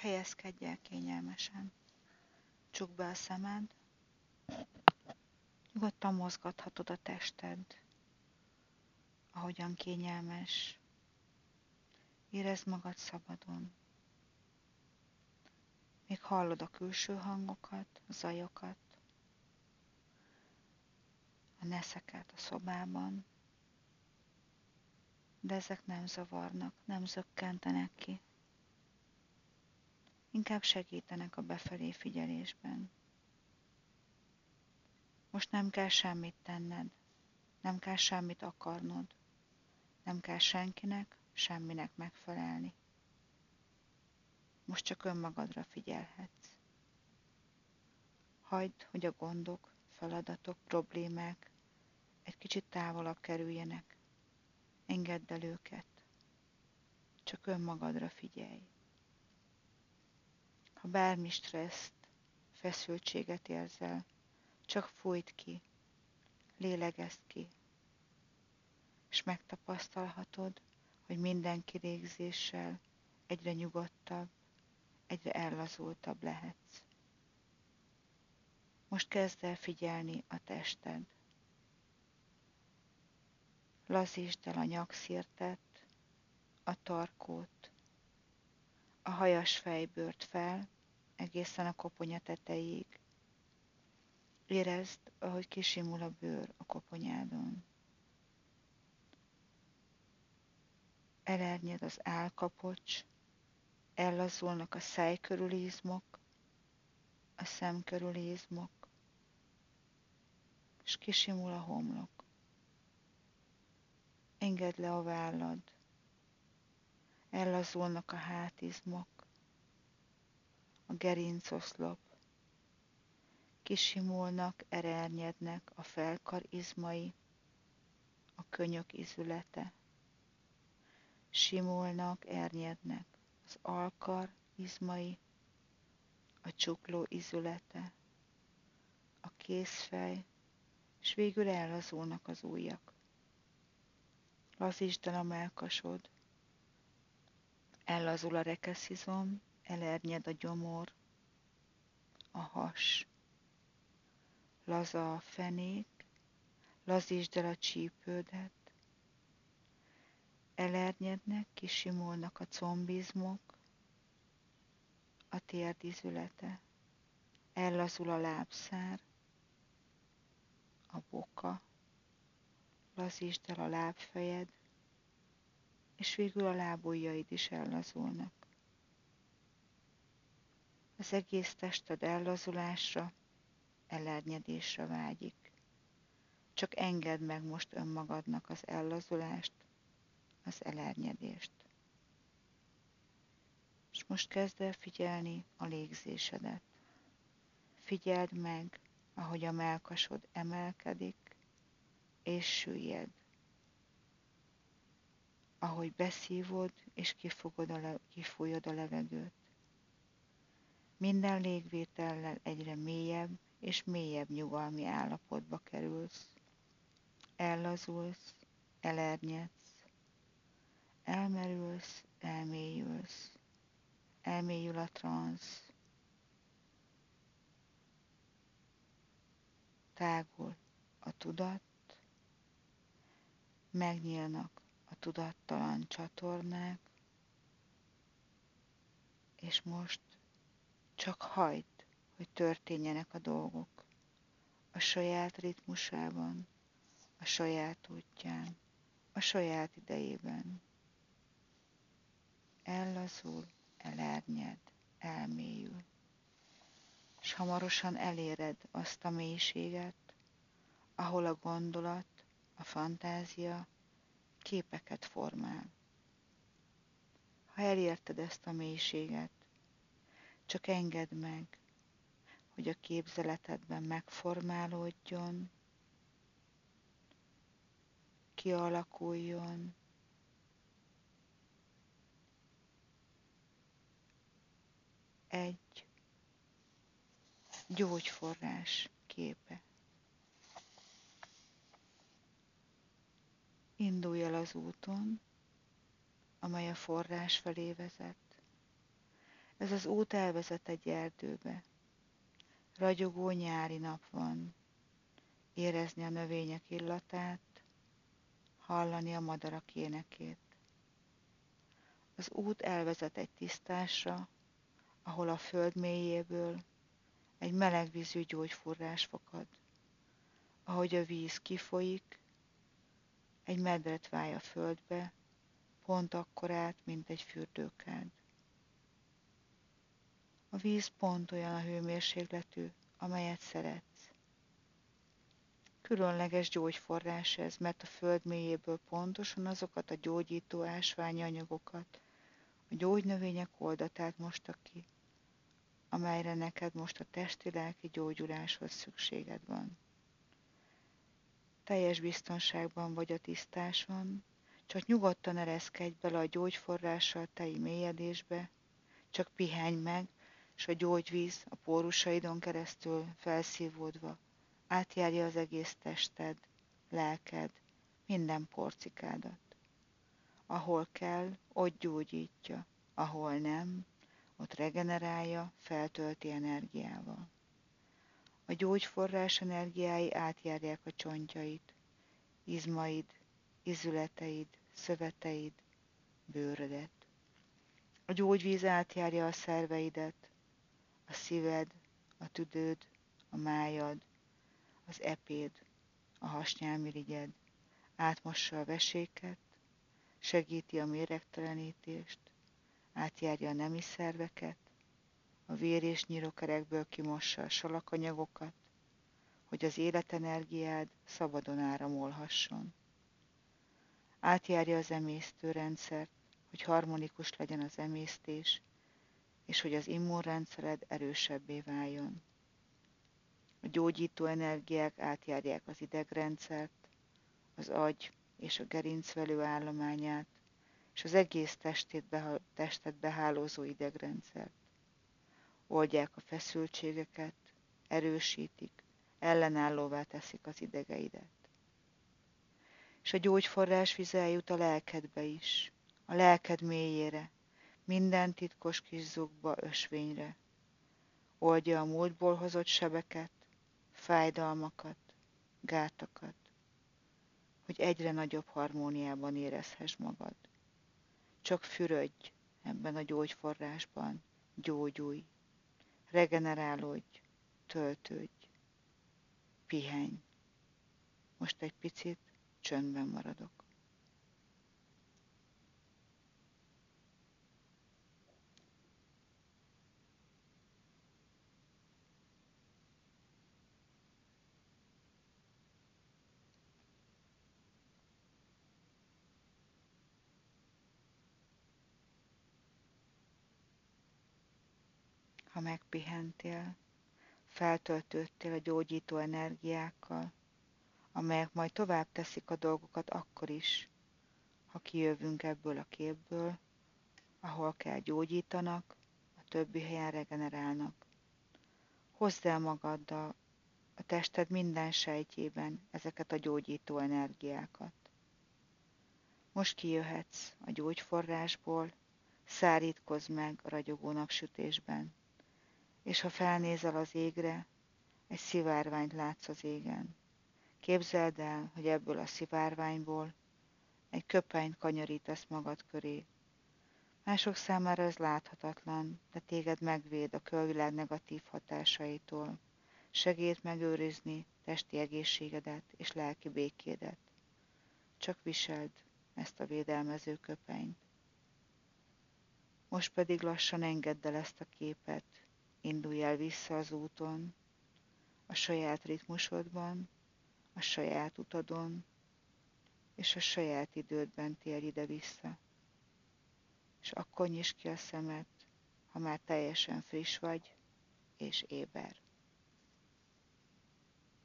helyezkedj el kényelmesen. Csukd be a szemed, nyugodtan mozgathatod a tested, ahogyan kényelmes. Érezd magad szabadon. Még hallod a külső hangokat, a zajokat, a neszeket a szobában, de ezek nem zavarnak, nem zökkentenek ki. Inkább segítenek a befelé figyelésben. Most nem kell semmit tenned, nem kell semmit akarnod, nem kell senkinek, semminek megfelelni. Most csak önmagadra figyelhetsz. Hagyd, hogy a gondok, feladatok, problémák egy kicsit távolabb kerüljenek. Engedd el őket. Csak önmagadra figyelj. Ha bármi stresszt, feszültséget érzel, csak fújd ki, lélegezd ki, és megtapasztalhatod, hogy minden kilégzéssel egyre nyugodtabb, egyre ellazultabb lehetsz. Most kezd el figyelni a tested. Lazítsd el a nyakszirtet, a tarkót, a hajas fejbőrt fel, egészen a koponya tetejéig. Érezd, ahogy kisimul a bőr a koponyádon. Elernyed az állkapocs, ellazulnak a száj körüli izmok, a szem körüli izmok, és kisimul a homlok. Engedd le a vállad, ellazulnak a hátizmok, a gerincoszlop, kisimulnak, elernyednek a felkar izmai, a könyök izülete. Simulnak, ernyednek az alkar izmai, a csukló izülete, a kézfej, és végül ellazulnak az ujjak. Lazítsd el a mellkasod, ellazul a rekeszizom, elernyed a gyomor, a has. Laza a fenék, lazítsd el a csípődet, elernyednek, kisimulnak a combizmok, a térd izülete, ellazul a lábszár, a boka, lazítsd el a lábfejed, és végül a lábujjaid is ellazulnak. Az egész tested ellazulásra, elernyedésre vágyik. Csak engedd meg most önmagadnak az ellazulást, az elernyedést. És most kezd el figyelni a légzésedet. Figyeld meg, ahogy a mellkasod emelkedik és süllyed. Ahogy beszívod és kifújod a levegőt. Minden légvétellel egyre mélyebb és mélyebb nyugalmi állapotba kerülsz. Ellazulsz, elernyedsz, elmerülsz, elmélyülsz. Elmélyül a transz. Tágul a tudat, megnyílnak a tudattalan csatornák, és most csak hagyd, hogy történjenek a dolgok a saját ritmusában, a saját útján, a saját idejében. Ellazul, elernyed, elmélyül, és hamarosan eléred azt a mélységet, ahol a gondolat, a fantázia képeket formál. Ha elérted ezt a mélységet, csak engedd meg, hogy a képzeletedben megformálódjon, kialakuljon egy gyógyforrás képe. Indulj el az úton, amely a forrás felé vezet. Ez az út elvezet egy erdőbe. Ragyogó nyári nap van. Érezni a növények illatát, hallani a madarak énekét. Az út elvezet egy tisztásra, ahol a föld mélyéből egy melegvízű gyógyforrás fakad. Ahogy a víz kifolyik, egy medret váj a földbe, pont akkorát, mint egy fürdőkád. A víz pont olyan a hőmérsékletű, amelyet szeretsz. Különleges gyógyforrás ez, mert a föld mélyéből pontosan azokat a gyógyító ásványi anyagokat, a gyógynövények oldatát mostak ki, amelyre neked most a testi-lelki gyógyuláshoz szükséged van. Teljes biztonságban vagy a tisztáson, csak nyugodtan ereszkedj bele a gyógyforrással teli mélyedésbe, csak pihenj meg, s a gyógyvíz a pórusaidon keresztül felszívódva átjárja az egész tested, lelked, minden porcikádat. Ahol kell, ott gyógyítja, ahol nem, ott regenerálja, feltölti energiával. A gyógyforrás energiái átjárják a csontjaid, izmaid, izületeid, szöveteid, bőrödet. A gyógyvíz átjárja a szerveidet, a szíved, a tüdőd, a májad, az epéd, a hasnyálmirigyed, átmossa a veséket, segíti a méregtelenítést, átjárja a nemi szerveket, a vér és nyírokerekből kimossa a salakanyagokat, hogy az életenergiád szabadon áramolhasson. Átjárja az emésztőrendszert, hogy harmonikus legyen az emésztés, és hogy az immunrendszered erősebbé váljon. A gyógyító energiák átjárják az idegrendszert, az agy és a gerincvelő állományát, és az egész testet behálózó idegrendszert. Oldják a feszültségeket, erősítik, ellenállóvá teszik az idegeidet. És a gyógyforrás vize eljut a lelkedbe is, a lelked mélyére, minden titkos kis zugba, ösvényre. Oldja a múltból hozott sebeket, fájdalmakat, gátakat, hogy egyre nagyobb harmóniában érezhess magad. Csak fürödj ebben a gyógyforrásban, gyógyulj, regenerálódj, töltődj, pihenj. Most egy picit csöndben maradok. Ha megpihentél, feltöltődtél a gyógyító energiákkal, amelyek majd tovább teszik a dolgokat akkor is, ha kijövünk ebből a képből, ahol kell gyógyítanak, a többi helyen regenerálnak. Hozd el magaddal a tested minden sejtjében ezeket a gyógyító energiákat. Most kijöhetsz a gyógyforrásból, szárítkozz meg a ragyogó napsütésben, és ha felnézel az égre, egy szivárványt látsz az égen. Képzeld el, hogy ebből a szivárványból egy köpenyt kanyarítasz magad köré. Mások számára ez láthatatlan, de téged megvéd a külvilág negatív hatásaitól. Segít megőrizni testi egészségedet és lelki békédet. Csak viseld ezt a védelmező köpenyt. Most pedig lassan engedd el ezt a képet. Indulj el vissza az úton, a saját ritmusodban, a saját utadon, és a saját idődben térj ide-vissza. És akkor nyisd ki a szemed, ha már teljesen friss vagy és éber.